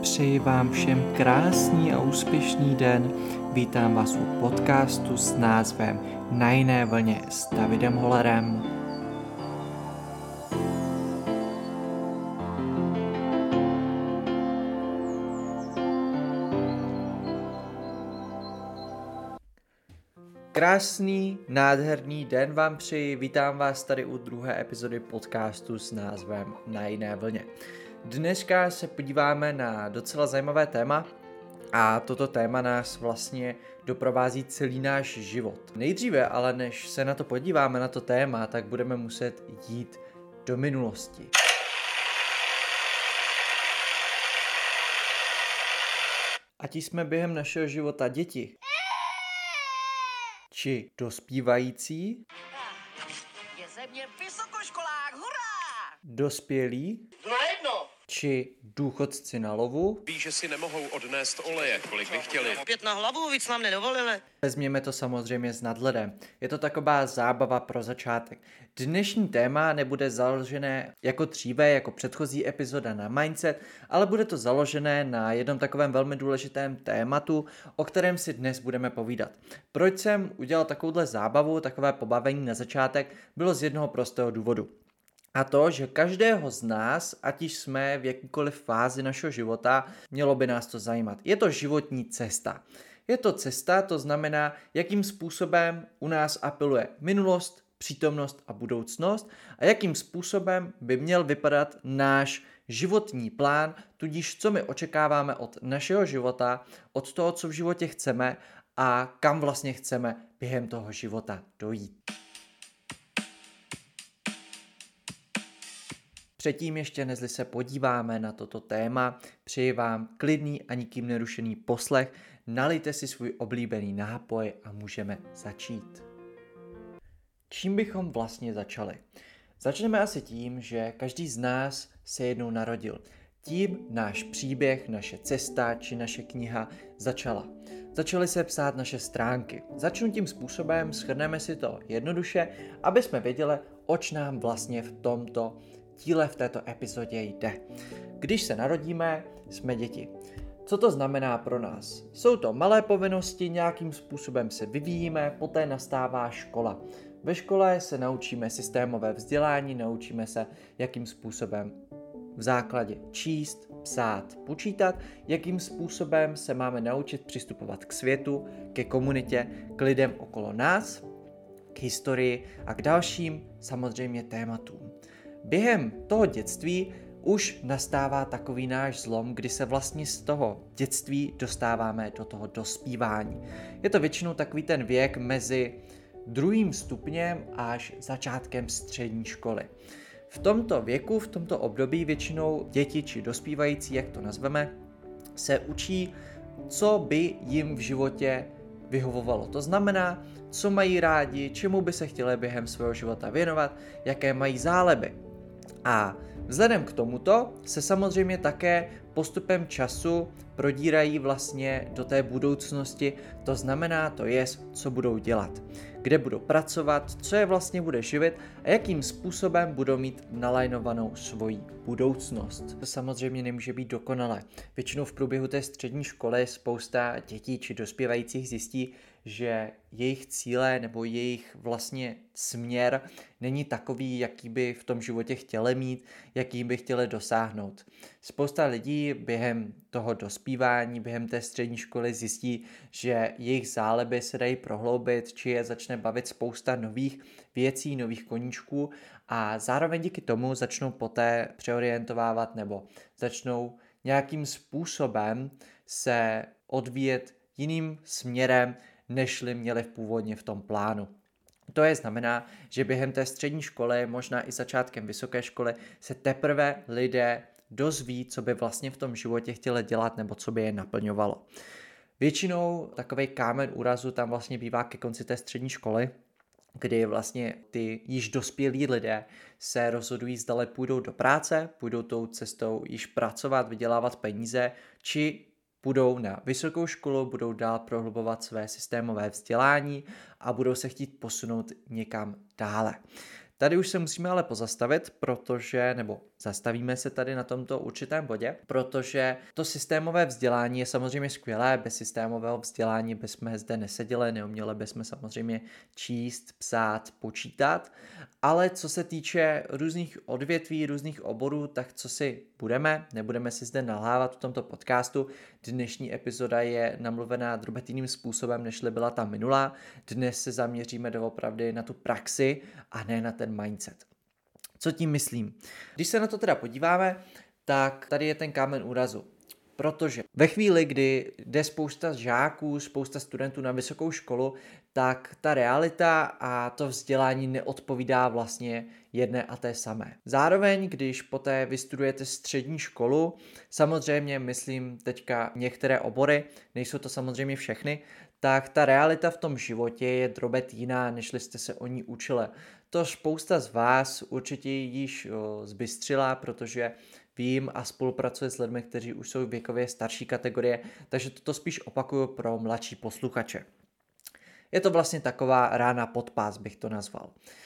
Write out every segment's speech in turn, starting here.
Přeji vám všem krásný a úspěšný den. Vítám vás u podcastu s názvem Na jiné vlně s Davidem Hollerem. Krásný, nádherný den vám přeji. Vítám vás tady u druhé epizody podcastu s názvem Na jiné vlně. Dneska se podíváme na docela zajímavé téma a toto téma nás vlastně doprovází celý náš život. Nejdříve ale než se na to podíváme, na to téma, tak budeme muset jít do minulosti. Ať jsme během našeho života děti či dospívající, Je ze mě vysokoškolák, hurá! dospělí či důchodci na lovu, Ví, že si nemohou odnést oleje, kolik by chtěli. 5 na hlavu, víc nám nedovolili. vezměme to samozřejmě s nadhledem. Je to taková zábava pro začátek. Dnešní téma nebude založené jako dříve, jako předchozí epizoda na mindset, ale bude to založené na jednom takovém velmi důležitém tématu, o kterém si dnes budeme povídat. Proč jsem udělal takovouhle zábavu, takové pobavení na začátek, bylo z jednoho prostého důvodu. A to, že každého z nás, ať již jsme v jakýkoliv fázi našeho života, mělo by nás to zajímat. Je to životní cesta. Je to cesta, to znamená, jakým způsobem u nás apeluje minulost, přítomnost a budoucnost a jakým způsobem by měl vypadat náš životní plán, tudíž co my očekáváme od našeho života, od toho, co v životě chceme a kam vlastně chceme během toho života dojít. Předtím ještě než se podíváme na toto téma, přeji vám klidný a nikým nerušený poslech, nalijte si svůj oblíbený nápoj a můžeme začít. Čím bychom vlastně začali? Začneme asi tím, že každý z nás se jednou narodil. Tím náš příběh, naše cesta či naše kniha začala. Začaly se psát naše stránky. Začnu tím způsobem, shrneme si to jednoduše, aby jsme věděli, oč nám vlastně v tomto díle v této epizodě jde. Když se narodíme, jsme děti. Co to znamená pro nás? Jsou to malé povinnosti, nějakým způsobem se vyvíjíme, poté nastává škola. Ve škole se naučíme systémové vzdělání, naučíme se, jakým způsobem v základě číst, psát, počítat, jakým způsobem se máme naučit přistupovat k světu, ke komunitě, k lidem okolo nás, k historii a k dalším samozřejmě tématům. Během toho dětství už nastává takový náš zlom, kdy se vlastně z toho dětství dostáváme do toho dospívání. Je to většinou takový ten věk mezi 2. stupněm až začátkem střední školy. V tomto věku, v tomto období většinou děti či dospívající, jak to nazveme, se učí, co by jim v životě vyhovovalo. To znamená, co mají rádi, čemu by se chtěli během svého života věnovat, jaké mají záliby. A vzhledem k tomuto se samozřejmě také postupem času prodírají vlastně do té budoucnosti, to znamená, to je, co budou dělat, kde budou pracovat, co je vlastně bude živit a jakým způsobem budou mít nalajnovanou svoji budoucnost. To samozřejmě nemůže být dokonalé. Většinou v průběhu té střední školy spousta dětí či dospívajících zjistí, že jejich cíle nebo jejich vlastně směr není takový, jaký by v tom životě chtěli mít, jaký by chtěli dosáhnout. Spousta lidí během toho dospívání, během té střední školy zjistí, že jejich záliby se dají prohloubit, či je začne bavit spousta nových věcí, nových koníčků a zároveň díky tomu začnou poté přeorientovávat nebo začnou nějakým způsobem se odvíjet jiným směrem, nežli měli původně v tom plánu. To je znamená, že během té střední školy, možná i začátkem vysoké školy, se teprve lidé dozví, co by vlastně v tom životě chtěli dělat nebo co by je naplňovalo. Většinou takový kámen úrazu tam vlastně bývá ke konci té střední školy, kdy vlastně ty již dospělí lidé se rozhodují, zdali půjdou do práce, půjdou tou cestou již pracovat, vydělávat peníze, či půjdou na vysokou školu, budou dál prohlubovat své systémové vzdělání a budou se chtít posunout někam dále. Tady už se musíme ale pozastavit, protože, nebo zastavíme se tady na tomto určitém bodě, protože to systémové vzdělání je samozřejmě skvělé, bez systémového vzdělání bychom zde neseděli, neuměli bychom samozřejmě číst, psát, počítat, ale co se týče různých odvětví, různých oborů, tak co si nebudeme si zde nalhávat v tomto podcastu. Dnešní epizoda je namluvená drobetýným způsobem, nežli byla ta minulá. Dnes se zaměříme doopravdy na tu praxi a ne na ten mindset. Co tím myslím? Když se na to teda podíváme, tak tady je ten kámen úrazu. Protože ve chvíli, kdy jde spousta žáků, spousta studentů na vysokou školu, tak ta realita a to vzdělání neodpovídá vlastně jedné a té samé. Zároveň, když poté vystudujete střední školu, samozřejmě myslím teďka některé obory, nejsou to samozřejmě všechny, tak ta realita v tom životě je drobet jiná, než jste se o ní učili. To spousta z vás určitě již zbystřila, protože vím a spolupracuji s lidmi, kteří už jsou věkově starší kategorie, takže toto spíš opakuju pro mladší posluchače. Je to vlastně taková rána pod pás, bych to nazval.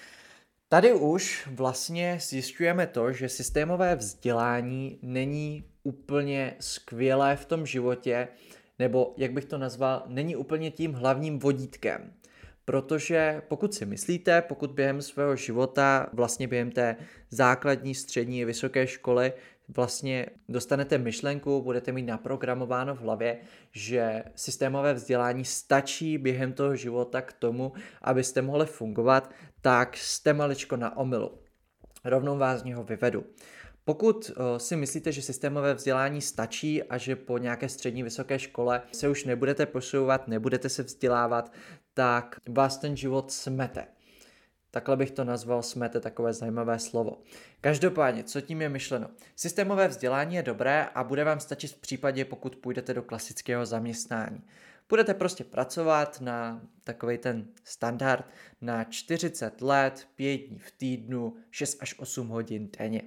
Tady už vlastně zjišťujeme to, že systémové vzdělání není úplně skvělé v tom životě, nebo jak bych to nazval, není úplně tím hlavním vodítkem. Protože pokud si myslíte, pokud během svého života, vlastně během té základní, střední, vysoké školy, vlastně dostanete myšlenku, budete mít naprogramováno v hlavě, že systémové vzdělání stačí během toho života k tomu, abyste mohli fungovat, tak jste maličko na omylu. Rovnou vás z něho vyvedu. Pokud si myslíte, že systémové vzdělání stačí a že po nějaké střední vysoké škole se už nebudete posouvat, nebudete se vzdělávat, tak vás ten život smete. Takhle bych to nazval, smete, takové zajímavé slovo. Každopádně, co tím je myšleno? Systémové vzdělání je dobré a bude vám stačit v případě, pokud půjdete do klasického zaměstnání. Budete prostě pracovat na takovej ten standard na 40 let, 5 dní v týdnu, 6 až 8 hodin denně.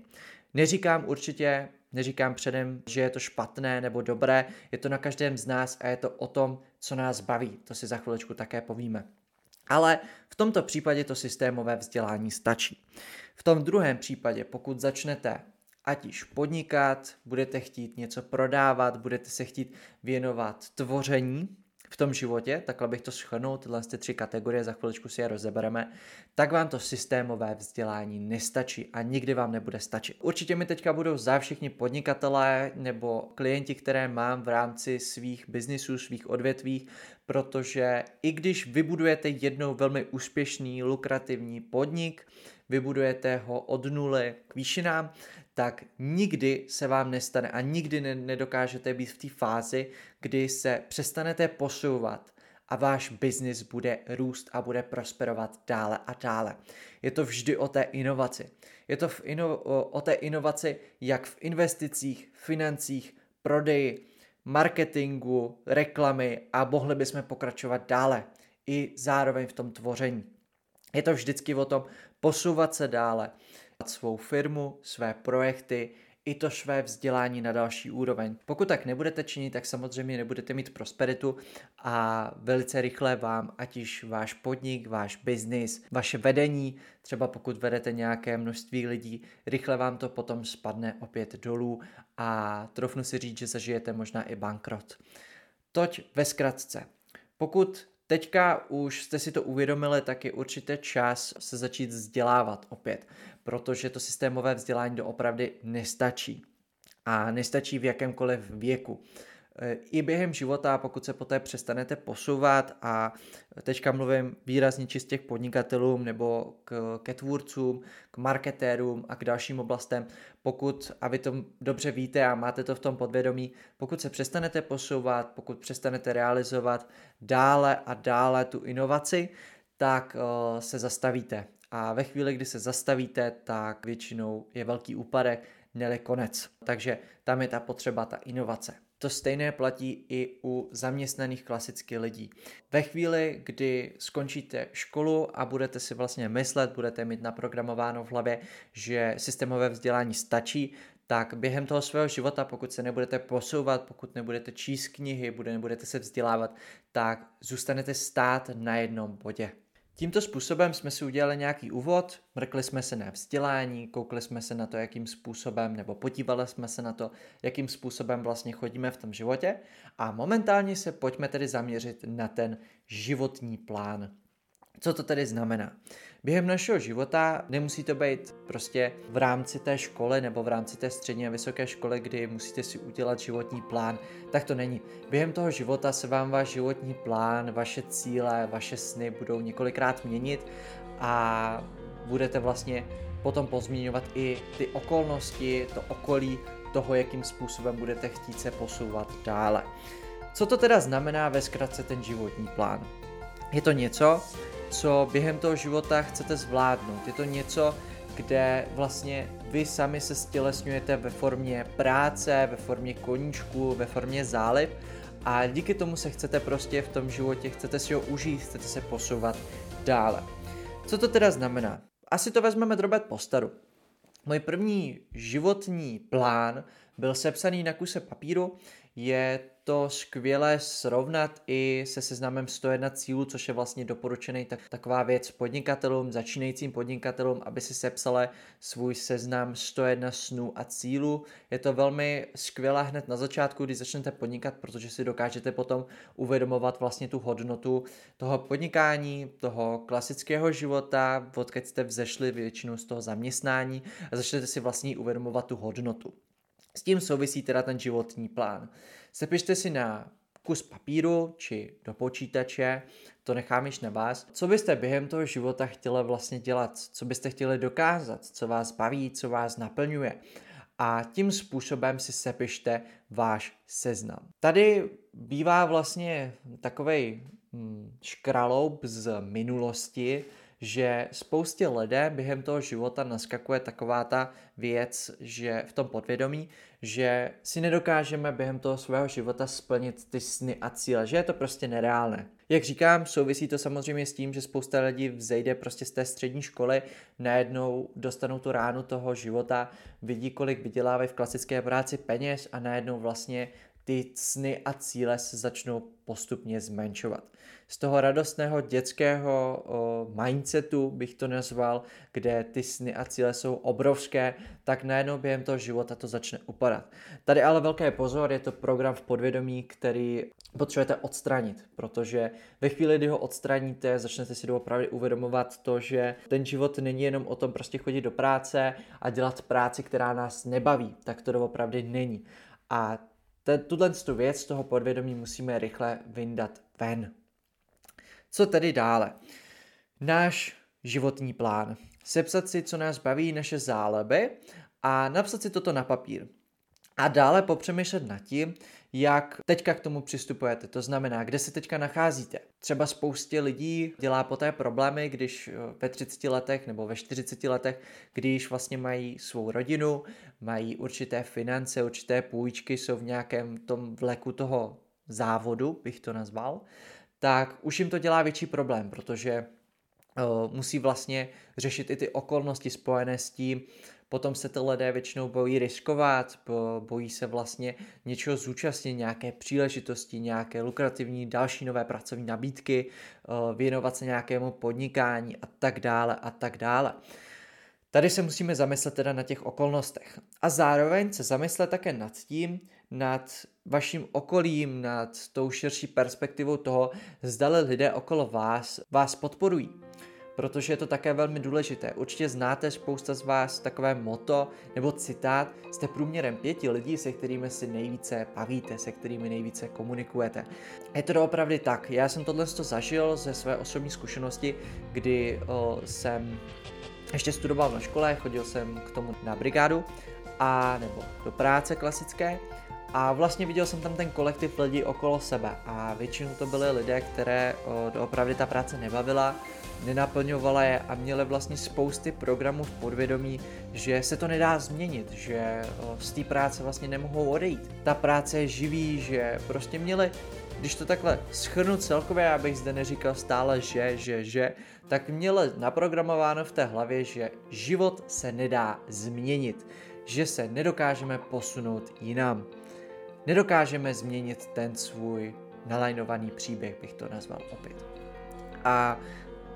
Neříkám předem, že je to špatné nebo dobré, je to na každém z nás a je to o tom, co nás baví. To si za chviličku také povíme. Ale v tomto případě to systémové vzdělání stačí. V tom druhém případě, pokud začnete ať již podnikat, budete chtít něco prodávat, budete se chtít věnovat tvoření v tom životě, takhle bych to shrnul, tyhle 3 kategorie, za chviličku si je rozebereme, tak vám to systémové vzdělání nestačí a nikdy vám nebude stačit. Určitě mi teďka budou všichni podnikatelé nebo klienti, které mám v rámci svých biznisů, svých odvětví, protože i když vybudujete jednou velmi úspěšný, lukrativní podnik, vybudujete ho od nuly k výšinám, tak nikdy se vám nestane a nikdy nedokážete být v té fázi, kdy se přestanete posouvat a váš biznis bude růst a bude prosperovat dále a dále. Je to vždy o té inovaci. Je to o té inovaci jak v investicích, financích, prodeji, marketingu, reklamy a mohli bychom pokračovat dále. I zároveň v tom tvoření. Je to vždycky o tom posouvat se dále, svou firmu, své projekty, i to své vzdělání na další úroveň. Pokud tak nebudete činit, tak samozřejmě nebudete mít prosperitu a velice rychle vám, ať již váš podnik, váš biznis, vaše vedení, třeba pokud vedete nějaké množství lidí, rychle vám to potom spadne opět dolů a trofnu si říct, že zažijete možná i bankrot. Toť ve zkratce. Pokud teďka už jste si to uvědomili, tak je určitě čas se začít vzdělávat opět, protože to systémové vzdělání doopravdy nestačí. A nestačí v jakémkoliv věku. I během života, pokud se poté přestanete posouvat, a teďka mluvím výrazně čistě k podnikatelům nebo ke tvůrcům, k marketérům a k dalším oblastem, pokud, a vy to dobře víte a máte to v tom podvědomí, pokud se přestanete posouvat, pokud přestanete realizovat dále a dále tu inovaci, tak se zastavíte. A ve chvíli, kdy se zastavíte, tak většinou je velký úpadek, ne konec. Takže tam je ta potřeba, ta inovace. To stejné platí i u zaměstnaných klasických lidí. Ve chvíli, kdy skončíte školu a budete si vlastně myslet, budete mít naprogramováno v hlavě, že systémové vzdělání stačí, tak během toho svého života, pokud se nebudete posouvat, pokud nebudete číst knihy, nebudete se vzdělávat, tak zůstanete stát na jednom bodě. Tímto způsobem jsme si udělali nějaký úvod, mrkli jsme se na vzdělání, koukli jsme se na to, jakým způsobem, nebo podívali jsme se na to, jakým způsobem vlastně chodíme v tom životě a momentálně se pojďme tedy zaměřit na ten životní plán. Co to tedy znamená? Během našeho života nemusí to být prostě v rámci té školy nebo v rámci té střední a vysoké školy, kdy musíte si udělat životní plán, tak to není. Během toho života se vám váš životní plán, vaše cíle, vaše sny budou několikrát měnit a budete vlastně potom pozměňovat i ty okolnosti, to okolí toho, jakým způsobem budete chtít se posouvat dále. Co to teda znamená ve zkratce ten životní plán? Je to něco, co během toho života chcete zvládnout. Je to něco, kde vlastně vy sami se stělesňujete ve formě práce, ve formě koníčku, ve formě zálib a díky tomu se chcete prostě v tom životě, chcete si ho užít, chcete se posouvat dále. Co to teda znamená? Asi to vezmeme drobet po staru. Můj první životní plán byl sepsaný na kuse papíru, je to skvěle srovnat i se seznamem 101 cílů, což je vlastně doporučený taková věc podnikatelům, začínajícím podnikatelům, aby si sepsali svůj seznam 101 snů a cílů. Je to velmi skvělé hned na začátku, když začnete podnikat, protože si dokážete potom uvědomovat vlastně tu hodnotu toho podnikání, toho klasického života, odkud jste vzešli většinou z toho zaměstnání a začnete si vlastně uvědomovat tu hodnotu. S tím souvisí teda ten životní plán. Sepište si na kus papíru či do počítače, to nechám již na vás, co byste během toho života chtěli vlastně dělat, co byste chtěli dokázat, co vás baví, co vás naplňuje. A tím způsobem si sepište váš seznam. Tady bývá vlastně takovej škraloup z minulosti, že spoustě lidé během toho života naskakuje taková ta věc, že v tom podvědomí, že si nedokážeme během toho svého života splnit ty sny a cíle, že je to prostě nereálné. Jak říkám, souvisí to samozřejmě s tím, že spousta lidí vzejde prostě z té střední školy, najednou dostanou tu ránu toho života, vidí, kolik vydělávají v klasické práci peněz a najednou vlastně ty sny a cíle se začnou postupně zmenšovat. Z toho radostného dětského mindsetu bych to nazval, kde ty sny a cíle jsou obrovské, tak najednou během toho života to začne upadat. Tady ale velký pozor, je to program v podvědomí, který potřebujete odstranit, protože ve chvíli, kdy ho odstraníte, začnete si doopravdy uvědomovat to, že ten život není jenom o tom prostě chodit do práce a dělat práci, která nás nebaví, tak to doopravdy není. A tuhle věc toho podvědomí musíme rychle vyndat ven. Co tedy dále? Náš životní plán. Sepsat si, co nás baví, naše záliby a napsat si toto na papír. A dále popřemýšlet nad tím, jak teďka k tomu přistupujete. To znamená, kde se teďka nacházíte. Třeba spoustě lidí dělá poté problémy, když ve 30 letech nebo ve 40 letech, když vlastně mají svou rodinu, mají určité finance, určité půjčky, jsou v nějakém tom vleku toho závodu, bych to nazval, tak už jim to dělá větší problém, protože musí vlastně řešit i ty okolnosti spojené s tím. Potom se ty lidé většinou bojí riskovat, bojí se vlastně něčeho zúčastnit, nějaké příležitosti, nějaké lukrativní další nové pracovní nabídky, věnovat se nějakému podnikání a tak dále a tak dále. Tady se musíme zamyslet teda na těch okolnostech. A zároveň se zamyslet také nad tím, nad vaším okolím, nad tou širší perspektivou toho, zdali lidé okolo vás podporují. Protože je to také velmi důležité. Určitě znáte spousta z vás takové motto nebo citát, jste průměrem 5 lidí, se kterými si nejvíce bavíte, se kterými nejvíce komunikujete. Je to doopravdy tak. Já jsem tohle zažil ze své osobní zkušenosti, kdy jsem ještě studoval na škole, chodil jsem k tomu na brigádu nebo do práce klasické a vlastně viděl jsem tam ten kolektiv lidí okolo sebe a většinou to byly lidé, které doopravdy ta práce nebavila, nenaplňovala je a měli vlastně spousty programů v podvědomí, že se to nedá změnit, že z té práce vlastně nemohou odejít. Ta práce je živý, že prostě měli, když to takhle shrnu celkově, abych zde neříkal stále že, tak měli naprogramováno v té hlavě, že život se nedá změnit, že se nedokážeme posunout jinam. Nedokážeme změnit ten svůj nalajnovaný příběh, bych to nazval opět. A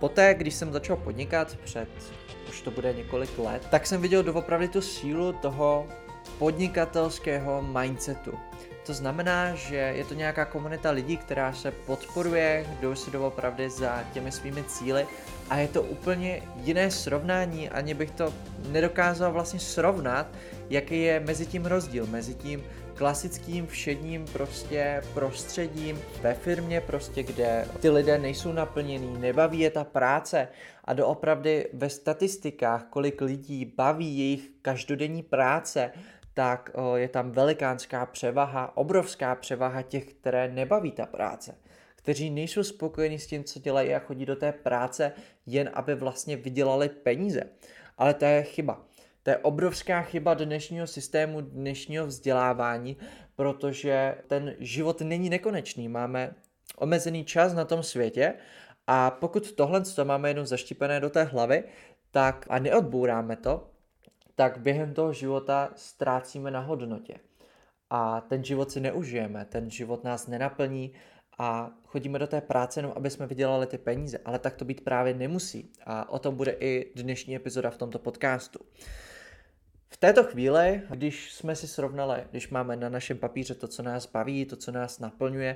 Poté, když jsem začal podnikat už to bude několik let, tak jsem viděl doopravdy tu sílu toho podnikatelského mindsetu. To znamená, že je to nějaká komunita lidí, která se podporuje, jdou si doopravdy za těmi svými cíli a je to úplně jiné srovnání, ani bych to nedokázal vlastně srovnat, jaký je mezi tím rozdíl, mezi tím klasickým všedním prostě prostředím ve firmě prostě, kde ty lidé nejsou naplnění, nebaví je ta práce a doopravdy ve statistikách, kolik lidí baví jejich každodenní práce, tak je tam velikánská převaha, obrovská převaha těch, které nebaví ta práce, kteří nejsou spokojení s tím, co dělají a chodí do té práce jen aby vlastně vydělali peníze. Ale to je chyba. To je obrovská chyba dnešního systému, dnešního vzdělávání, protože ten život není nekonečný. Máme omezený čas na tom světě a pokud tohle máme jenom zaštípené do té hlavy, tak a neodbouráme to, tak během toho života ztrácíme na hodnotě. A ten život si neužijeme, ten život nás nenaplní a chodíme do té práce jenom, aby jsme vydělali ty peníze. Ale tak to být právě nemusí. A o tom bude i dnešní epizoda v tomto podcastu. V této chvíli, když jsme si srovnali, když máme na našem papíře to, co nás baví, to, co nás naplňuje,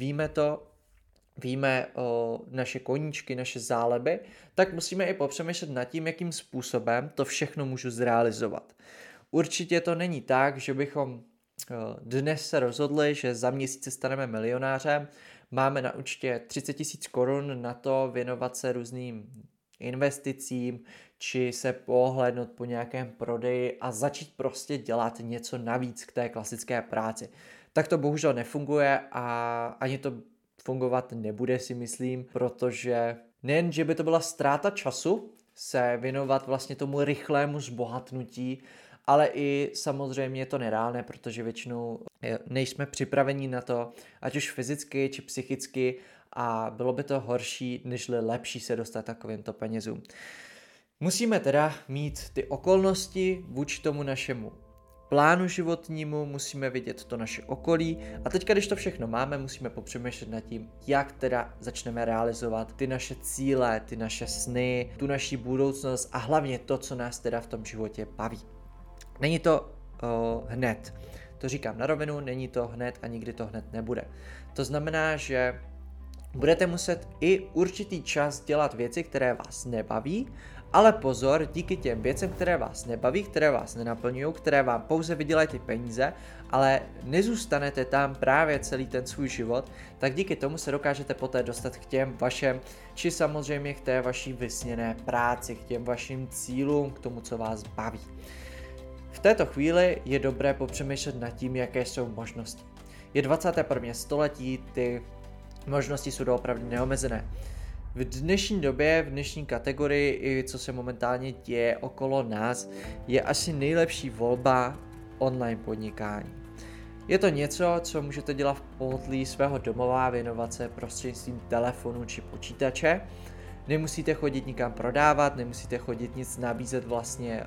víme o naše koníčky, naše záleby, tak musíme i popřemýšlet nad tím, jakým způsobem to všechno můžu zrealizovat. Určitě to není tak, že bychom dnes se rozhodli, že za měsíc se staneme milionářem, máme na účtě 30 000 korun na to věnovat se různým investicím, či se pohlédnout po nějakém prodeji a začít prostě dělat něco navíc k té klasické práci. Tak to bohužel nefunguje a ani to fungovat nebude, si myslím, protože nejen, že by to byla ztráta času se věnovat vlastně tomu rychlému zbohatnutí, ale i samozřejmě je to nereálné, protože většinou nejsme připraveni na to, ať už fyzicky či psychicky, a bylo by to horší, nežli lepší se dostat takovýmto penězům. Musíme teda mít ty okolnosti vůči tomu našemu plánu životnímu, musíme vidět to naše okolí a teďka, když to všechno máme, musíme popřemýšlet nad tím, jak teda začneme realizovat ty naše cíle, ty naše sny, tu naši budoucnost a hlavně to, co nás teda v tom životě baví. Není to hned, to říkám na rovinu, není to hned a nikdy to hned nebude. To znamená, že budete muset i určitý čas dělat věci, které vás nebaví, ale pozor, díky těm věcem, které vás nebaví, které vás nenaplňují, které vám pouze vydělají ty peníze, ale nezůstanete tam právě celý ten svůj život, tak díky tomu se dokážete poté dostat k těm vašem, či samozřejmě k té vaší vysněné práci, k těm vašim cílům, k tomu, co vás baví. V této chvíli je dobré popřemýšlet nad tím, jaké jsou možnosti. Je 21. století, ty možnosti jsou doopravdy neomezené. V dnešní době, v dnešní kategorii, i co se momentálně děje okolo nás, je asi nejlepší volba online podnikání. Je to něco, co můžete dělat v pohodlí svého domova, věnovat se prostřednictvím telefonu či počítače. Nemusíte chodit nikam prodávat, nemusíte chodit nic nabízet vlastně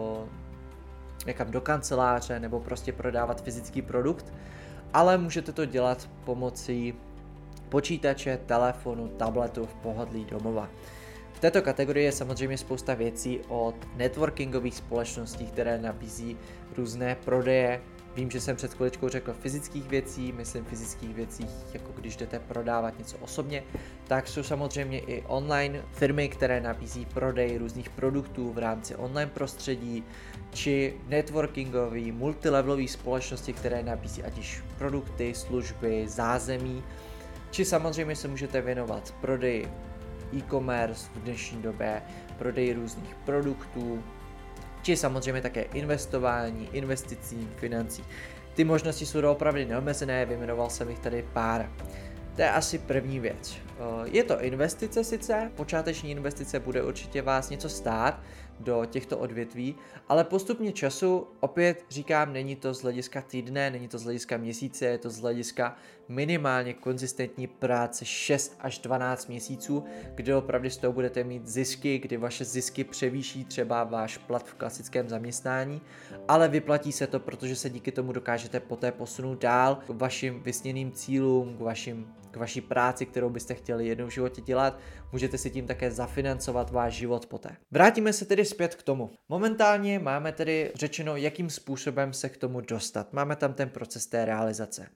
někam do kanceláře nebo prostě prodávat fyzický produkt, ale můžete to dělat pomocí počítače, telefonu, tabletu v pohodlí domova. V této kategorii je samozřejmě spousta věcí od networkingových společností, které nabízí různé prodeje. Vím, že jsem před chviličkou řekl fyzických věcí, myslím fyzických věcí, jako když jdete prodávat něco osobně, tak jsou samozřejmě i online firmy, které nabízí prodej různých produktů v rámci online prostředí, či networkingové, multilevelové společnosti, které nabízí ať již produkty, služby, zázemí, či samozřejmě se můžete věnovat prodeji e-commerce v dnešní době, prodeji různých produktů, či samozřejmě také investování, investicím, financí. Ty možnosti jsou opravdu neomezené, vyjmenoval jsem jich tady pár. To je asi první věc. Je to investice sice, počáteční investice bude určitě vás něco stát do těchto odvětví, ale postupně času, opět říkám, není to z hlediska týdne, není to z hlediska měsíce, je to z hlediska minimálně konzistentní práce 6 až 12 měsíců, kde opravdu z toho budete mít zisky, kdy vaše zisky převýší třeba váš plat v klasickém zaměstnání, ale vyplatí se to, protože se díky tomu dokážete poté posunout dál k vašim vysněným cílům, k vaší práci, kterou byste chtěli jednou v životě dělat. Můžete si tím také zafinancovat váš život poté. Vrátíme se tedy zpět k tomu. Momentálně máme tedy řečeno, jakým způsobem se k tomu dostat. Máme tam ten proces té realizace.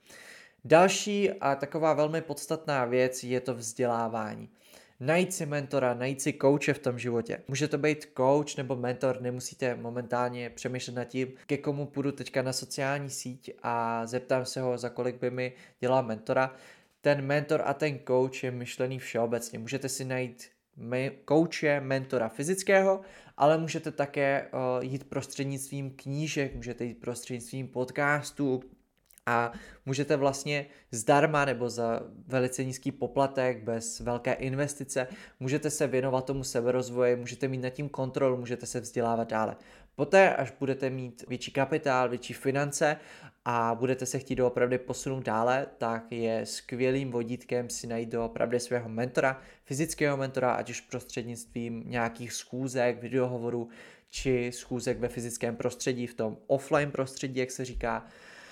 Další a taková velmi podstatná věc je to vzdělávání. Najít si mentora, najít si kouče v tom životě. Může to být coach nebo mentor, nemusíte momentálně přemýšlet nad tím, ke komu půjdu teďka na sociální síť a zeptám se ho, za kolik by mi dělal mentora. Ten mentor a ten coach je myšlený všeobecně. Můžete si najít kouče, mentora fyzického, ale můžete také jít prostřednictvím knížek, můžete jít prostřednictvím podcastů, a můžete vlastně zdarma nebo za velice nízký poplatek, bez velké investice, můžete se věnovat tomu seberozvoji, můžete mít nad tím kontrolu, můžete se vzdělávat dále. Poté, až budete mít větší kapitál, větší finance a budete se chtít doopravdy posunout dále, tak je skvělým vodítkem si najít doopravdy svého mentora, fyzického mentora, ať už prostřednictvím nějakých schůzek, videohovorů, či schůzek ve fyzickém prostředí, v tom offline prostředí, jak se říká,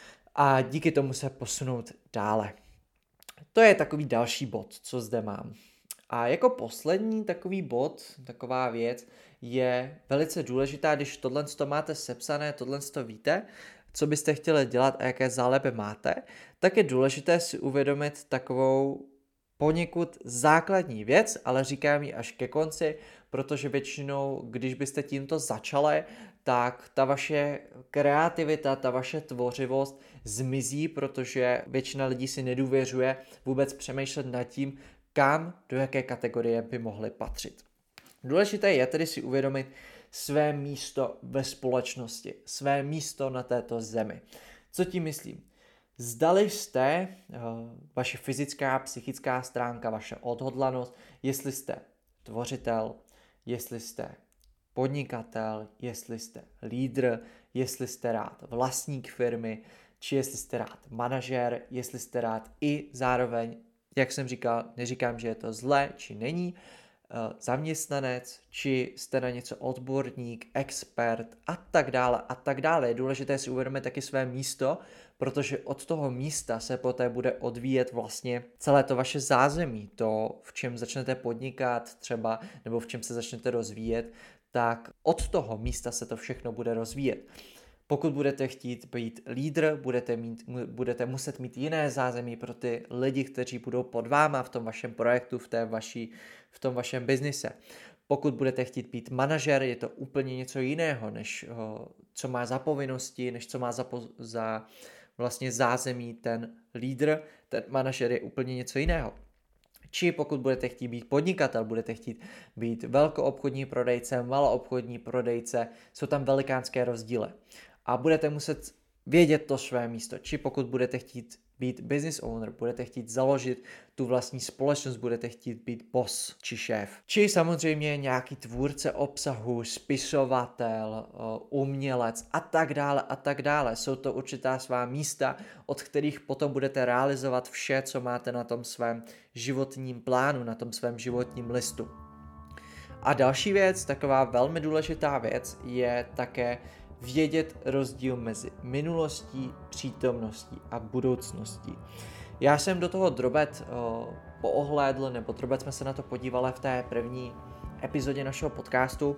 a díky tomu se posunout dále. To je takový další bod, co zde mám. A jako poslední takový bod, taková věc, je velice důležitá, když tohle máte sepsané, tohle víte, co byste chtěli dělat a jaké záleby máte, tak je důležité si uvědomit takovou poněkud základní věc, ale říkám ji až ke konci, protože většinou, když byste tímto začali, tak ta vaše kreativita, ta vaše tvořivost zmizí, protože většina lidí si nedůvěřuje vůbec přemýšlet nad tím, kam, do jaké kategorie by mohly patřit. Důležité je tedy si uvědomit své místo ve společnosti, své místo na této zemi. Co tím myslím? Zdali jste vaše fyzická, psychická stránka, vaše odhodlanost, jestli jste tvořitel, jestli jste podnikatel, jestli jste lídr, jestli jste rád vlastník firmy, či jestli jste rád manažer, jestli jste rád i zároveň, jak jsem říkal, neříkám, že je to zlé, či není, zaměstnanec, či jste na něco odborník, expert a tak dále a tak dále. Je důležité si uvědomit taky své místo, protože od toho místa se poté bude odvíjet vlastně celé to vaše zázemí, to, v čem začnete podnikat třeba, nebo v čem se začnete rozvíjet, tak od toho místa se to všechno bude rozvíjet. Pokud budete chtít být lídr, budete muset mít jiné zázemí pro ty lidi, kteří budou pod váma v tom vašem projektu, v tom vašem biznise. Pokud budete chtít být manažer, je to úplně něco jiného, než co má za povinnosti, než co má za vlastně zázemí ten lídr, ten manažer je úplně něco jiného. Či pokud budete chtít být podnikatel, budete chtít být velkoobchodní prodejce, maloobchodní prodejce, jsou tam velikánské rozdíly. A budete muset vědět to své místo. Či pokud budete chtít být business owner, budete chtít založit tu vlastní společnost, budete chtít být boss či šéf. Či samozřejmě nějaký tvůrce obsahu, spisovatel, umělec a tak dále a tak dále. Jsou to určitá svá místa, od kterých potom budete realizovat vše, co máte na tom svém životním plánu, na tom svém životním listu. A další věc, taková velmi důležitá věc, je také vědět rozdíl mezi minulostí, přítomností a budoucností. Já jsem do toho drobet poohlédl, nebo drobet jsme se na to podívali v té první epizodě našeho podcastu.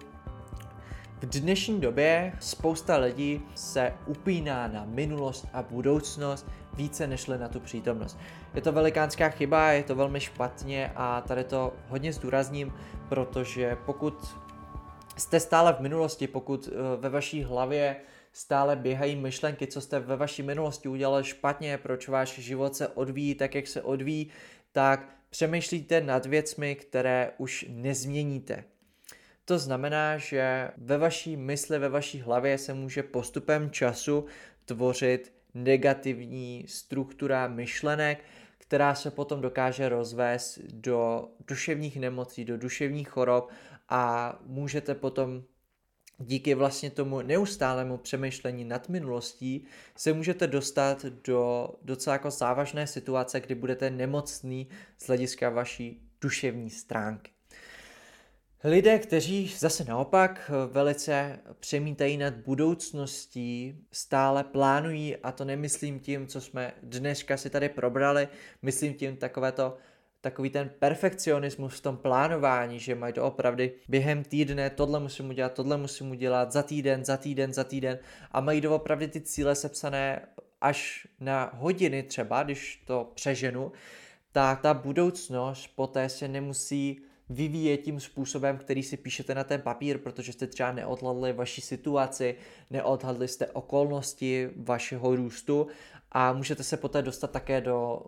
V dnešní době spousta lidí se upíná na minulost a budoucnost více nežli na tu přítomnost. Je to velikánská chyba, je to velmi špatně a tady to hodně zdůrazním, protože pokud jste stále v minulosti, pokud ve vaší hlavě stále běhají myšlenky, co jste ve vaší minulosti udělali špatně, proč váš život se odvíjí tak, jak se odvíjí, tak přemýšlíte nad věcmi, které už nezměníte. To znamená, že ve vaší mysli, ve vaší hlavě se může postupem času tvořit negativní struktura myšlenek, která se potom dokáže rozvést do duševních nemocí, do duševních chorob a můžete potom díky vlastně tomu neustálému přemýšlení nad minulostí se můžete dostat do docela jako závažné situace, kdy budete nemocný z hlediska vaší duševní stránky. Lidé, kteří zase naopak velice přemítají nad budoucností, stále plánují, a to nemyslím tím, co jsme dneska si tady probrali, myslím tím takový ten perfekcionismus v tom plánování, že mají to opravdu během týdne, tohle musím udělat, za týden a mají doopravdy ty cíle sepsané až na hodiny třeba, když to přeženu, tak ta budoucnost poté se nemusí vyvíjet tím způsobem, který si píšete na ten papír, protože jste třeba neodhadli vaši situaci, neodhadli jste okolnosti vašeho růstu a můžete se poté dostat také do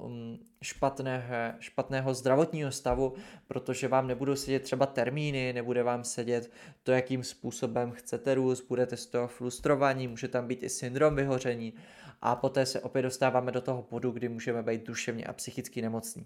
špatného zdravotního stavu, protože vám nebudou sedět třeba termíny, nebude vám sedět to, jakým způsobem chcete růst, budete z toho frustrovaní, může tam být i syndrom vyhoření a poté se opět dostáváme do toho bodu, kdy můžeme být duševně a psychicky nemocní.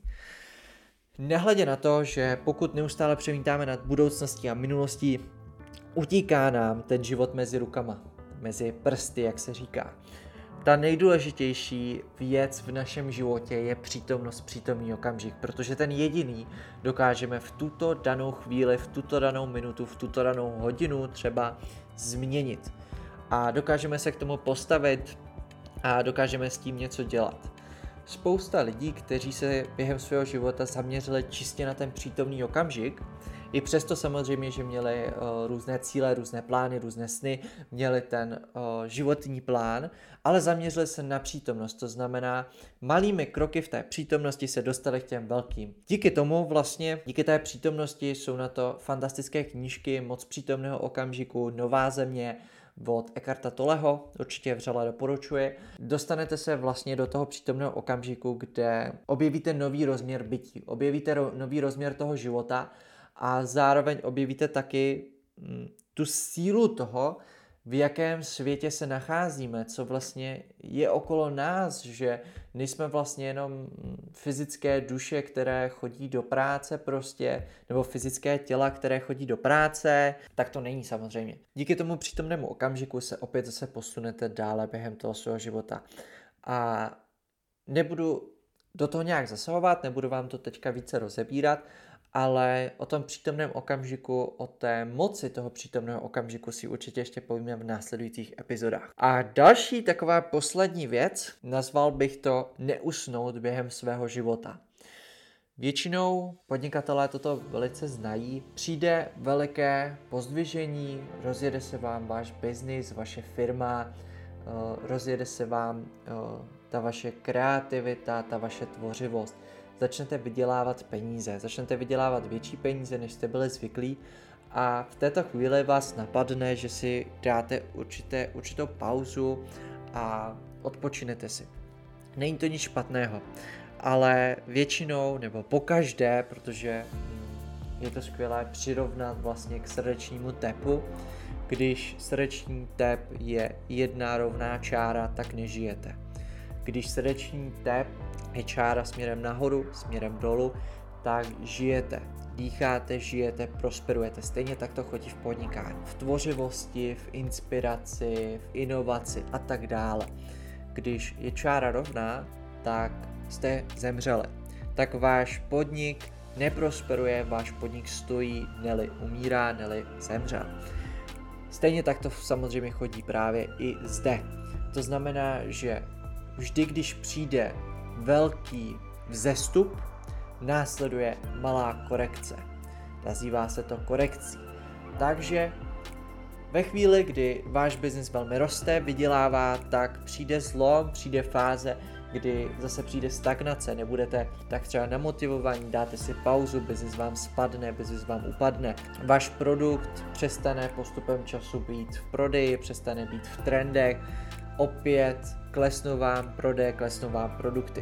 Nehledě na to, že pokud neustále přemítáme nad budoucností a minulostí, utíká nám ten život mezi rukama, mezi prsty, jak se říká. Ta nejdůležitější věc v našem životě je přítomnost, přítomný okamžik, protože ten jediný dokážeme v tuto danou chvíli, v tuto danou minutu, v tuto danou hodinu třeba změnit. A dokážeme se k tomu postavit a dokážeme s tím něco dělat. Spousta lidí, kteří se během svého života zaměřili čistě na ten přítomný okamžik, i přesto samozřejmě, že měli různé cíle, různé plány, různé sny, měli ten životní plán, ale zaměřili se na přítomnost, to znamená malými kroky v té přítomnosti se dostali k těm velkým. Díky tomu vlastně, díky té přítomnosti jsou na to fantastické knížky Moc přítomného okamžiku, Nová země, od Eckharta Tolleho, určitě vřele doporučuji. Dostanete se vlastně do toho přítomného okamžiku, kde objevíte nový rozměr bytí, objevíte nový rozměr toho života a zároveň objevíte taky tu sílu toho, v jakém světě se nacházíme, co vlastně je okolo nás, že nejsme vlastně jenom fyzické duše, které chodí do práce prostě, nebo fyzické těla, které chodí do práce, tak to není samozřejmě. Díky tomu přítomnému okamžiku se opět zase posunete dále během toho svého života. A nebudu do toho nějak zasahovat, nebudu vám to teďka více rozebírat, ale o tom přítomném okamžiku, o té moci toho přítomného okamžiku si určitě ještě povíme v následujících epizodách. A další taková poslední věc, nazval bych to neusnout během svého života. Většinou podnikatelé toto velice znají. Přijde veliké pozdvižení, rozjede se vám váš biznis, vaše firma, rozjede se vám ta vaše kreativita, ta vaše tvořivost. Začnete vydělávat peníze, začnete vydělávat větší peníze, než jste byli zvyklí a v této chvíli vás napadne, že si dáte určitou pauzu a odpočinete si. Není to nic špatného, ale většinou nebo pokaždé, protože je to skvělé přirovnat vlastně k srdečnímu tepu, když srdeční tep je jedna rovná čára, tak nežijete. Když srdeční tep je čára směrem nahoru, směrem dolů, tak žijete. Dýcháte, žijete, prosperujete. Stejně tak to chodí v podnikání. V tvořivosti, v inspiraci, v inovaci a tak dále. Když je čára rovná, tak jste zemřeli. Tak váš podnik neprosperuje, váš podnik stojí, neli umírá, neli zemřel. Stejně tak to samozřejmě chodí právě i zde. To znamená, že vždy, když přijde velký vzestup, následuje malá korekce. Nazývá se to korekcí. Takže ve chvíli, kdy váš biznis velmi roste, vydělává, tak přijde zlom, přijde fáze, kdy zase přijde stagnace, nebudete tak třeba namotivovaní, dáte si pauzu, biznis vám spadne, biznis vám upadne. Váš produkt přestane postupem času být v prodeji, přestane být v trendech, opět klesnou vám prodeje, klesnou vám produkty.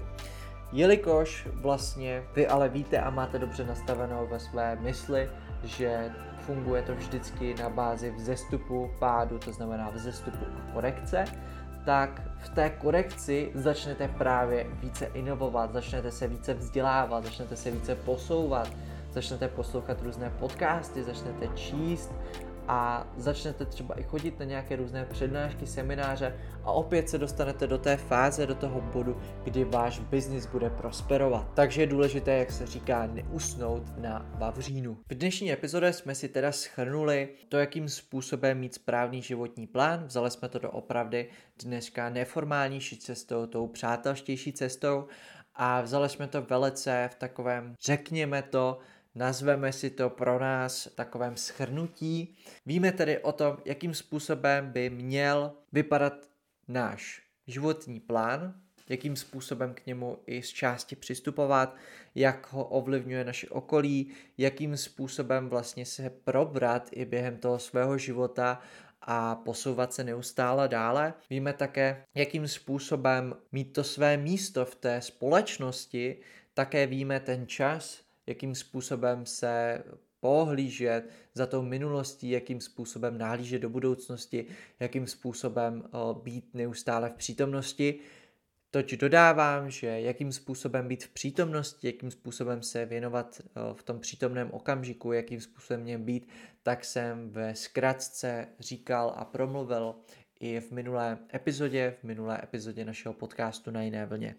Jelikož vlastně vy ale víte a máte dobře nastavenou ve své mysli, že funguje to vždycky na bázi vzestupu, pádu, to znamená vzestupu a korekce, tak v té korekci začnete právě více inovovat, začnete se více vzdělávat, začnete se více posouvat, začnete poslouchat různé podcasty, začnete číst a začnete třeba i chodit na nějaké různé přednášky, semináře a opět se dostanete do té fáze, do toho bodu, kdy váš biznis bude prosperovat. Takže je důležité, jak se říká, neusnout na vavřínu. V dnešní epizodě jsme si teda shrnuli to, jakým způsobem mít správný životní plán. Vzali jsme to doopravdy dneska neformálnější cestou, tou přátelštější cestou a vzali jsme to velice v takovém, řekněme to, nazveme si to pro nás takovém shrnutí. Víme tedy o tom, jakým způsobem by měl vypadat náš životní plán, jakým způsobem k němu i z části přistupovat, jak ho ovlivňuje naše okolí, jakým způsobem vlastně se probrat i během toho svého života a posouvat se neustále dále. Víme také, jakým způsobem mít to své místo v té společnosti, také víme ten čas, jakým způsobem se pohlížet za tou minulostí, jakým způsobem nahlížet do budoucnosti, jakým způsobem být neustále v přítomnosti. Toť dodávám, že jakým způsobem být v přítomnosti, jakým způsobem se věnovat v tom přítomném okamžiku, jakým způsobem měl být, tak jsem ve zkratce říkal a promluvil i v minulé epizodě našeho podcastu Na jiné vlně.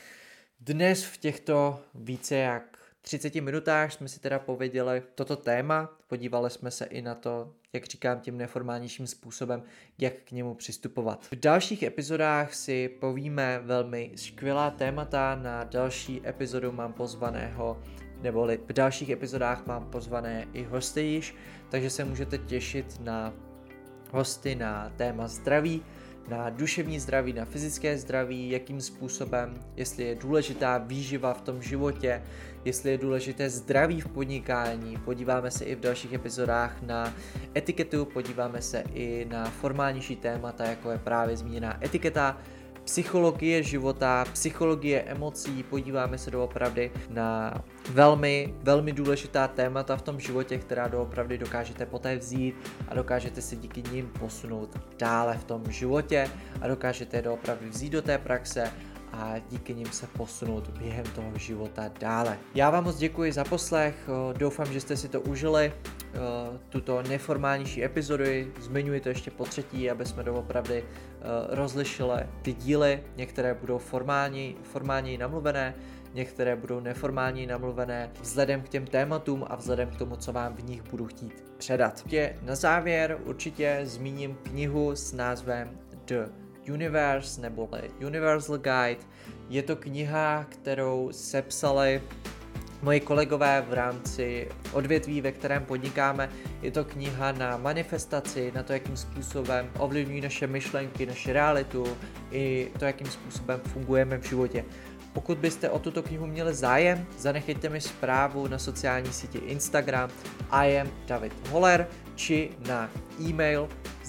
Dnes v těchto více jak 30 minutách jsme si teda pověděli toto téma, podívali jsme se i na to, jak říkám, tím neformálnějším způsobem, jak k němu přistupovat. V dalších epizodách si povíme velmi skvělá témata, na další epizodu mám pozvaného, neboli v dalších epizodách mám pozvané i hosty již, takže se můžete těšit na hosty na téma zdraví, na duševní zdraví, na fyzické zdraví, jakým způsobem, jestli je důležitá výživa v tom životě, jestli je důležité zdraví v podnikání. Podíváme se i v dalších epizodách na etiketu, podíváme se i na formálnější témata, jako je právě zmíněná etiketa, psychologie života, psychologie emocí, podíváme se doopravdy na velmi důležitá témata v tom životě, která doopravdy dokážete poté vzít a dokážete se díky nim posunout dále v tom životě a dokážete je doopravdy vzít do té praxe a díky nim se posunout během toho života dále. Já vám moc děkuji za poslech, doufám, že jste si to užili, tuto neformálnější epizodu, zmiňuji to ještě po třetí, aby jsme doopravdy rozlišili ty díly, některé budou formálněji namluvené, některé budou neformálněji namluvené vzhledem k těm tématům a vzhledem k tomu, co vám v nich budu chtít předat. Na závěr určitě zmíním knihu s názvem The Universe nebo Universal Guide. Je to kniha, kterou sepsali moji kolegové v rámci odvětví, ve kterém podnikáme. Je to kniha na manifestaci, na to, jakým způsobem ovlivňují naše myšlenky, naši realitu i to, jakým způsobem fungujeme v životě. Pokud byste o tuto knihu měli zájem, zanechejte mi zprávu na sociální síti Instagram I am David Holler či na e-mail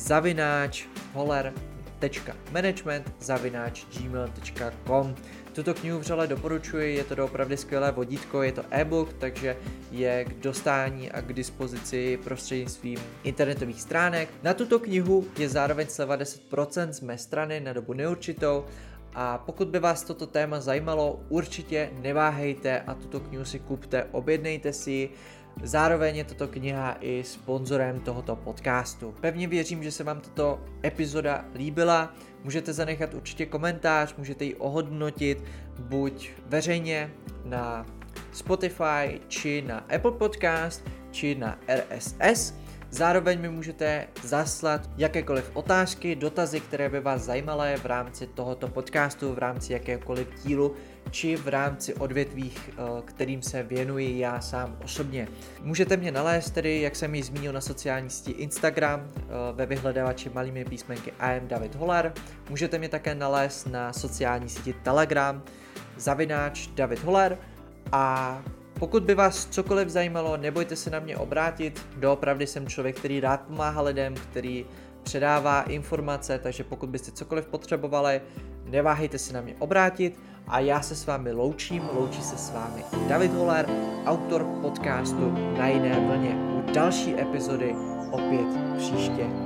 zavináč.holler.management@gmail.com. Tuto knihu vřele doporučuji, je to doopravdy skvělé vodítko, je to e-book, takže je k dostání a k dispozici prostřednictvím internetových stránek. Na tuto knihu je zároveň sleva 10% z mé strany na dobu neurčitou a pokud by vás toto téma zajímalo, určitě neváhejte a tuto knihu si kupte, objednejte si ji. Zároveň je tato kniha i sponzorem tohoto podcastu. Pevně věřím, že se vám tato epizoda líbila. Můžete zanechat určitě komentář, můžete ji ohodnotit buď veřejně na Spotify, či na Apple Podcast, či na RSS. Zároveň mi můžete zaslat jakékoliv otázky, dotazy, které by vás zajímaly v rámci tohoto podcastu, v rámci jakékoliv dílu, či v rámci odvětví, kterým se věnuji já sám osobně. Můžete mě nalézt tedy, jak jsem ji zmínil, na sociální síti Instagram ve vyhledávači malými písmenky I am David Holler. Můžete mě také nalézt na sociální síti Telegram @David Holler a pokud by vás cokoliv zajímalo, nebojte se na mě obrátit, doopravdy jsem člověk, který rád pomáhá lidem, který předává informace, takže pokud byste cokoliv potřebovali, neváhejte se na mě obrátit a já se s vámi loučí se s vámi David Holler, autor podcastu Na jiné vlně. U další epizody opět příště.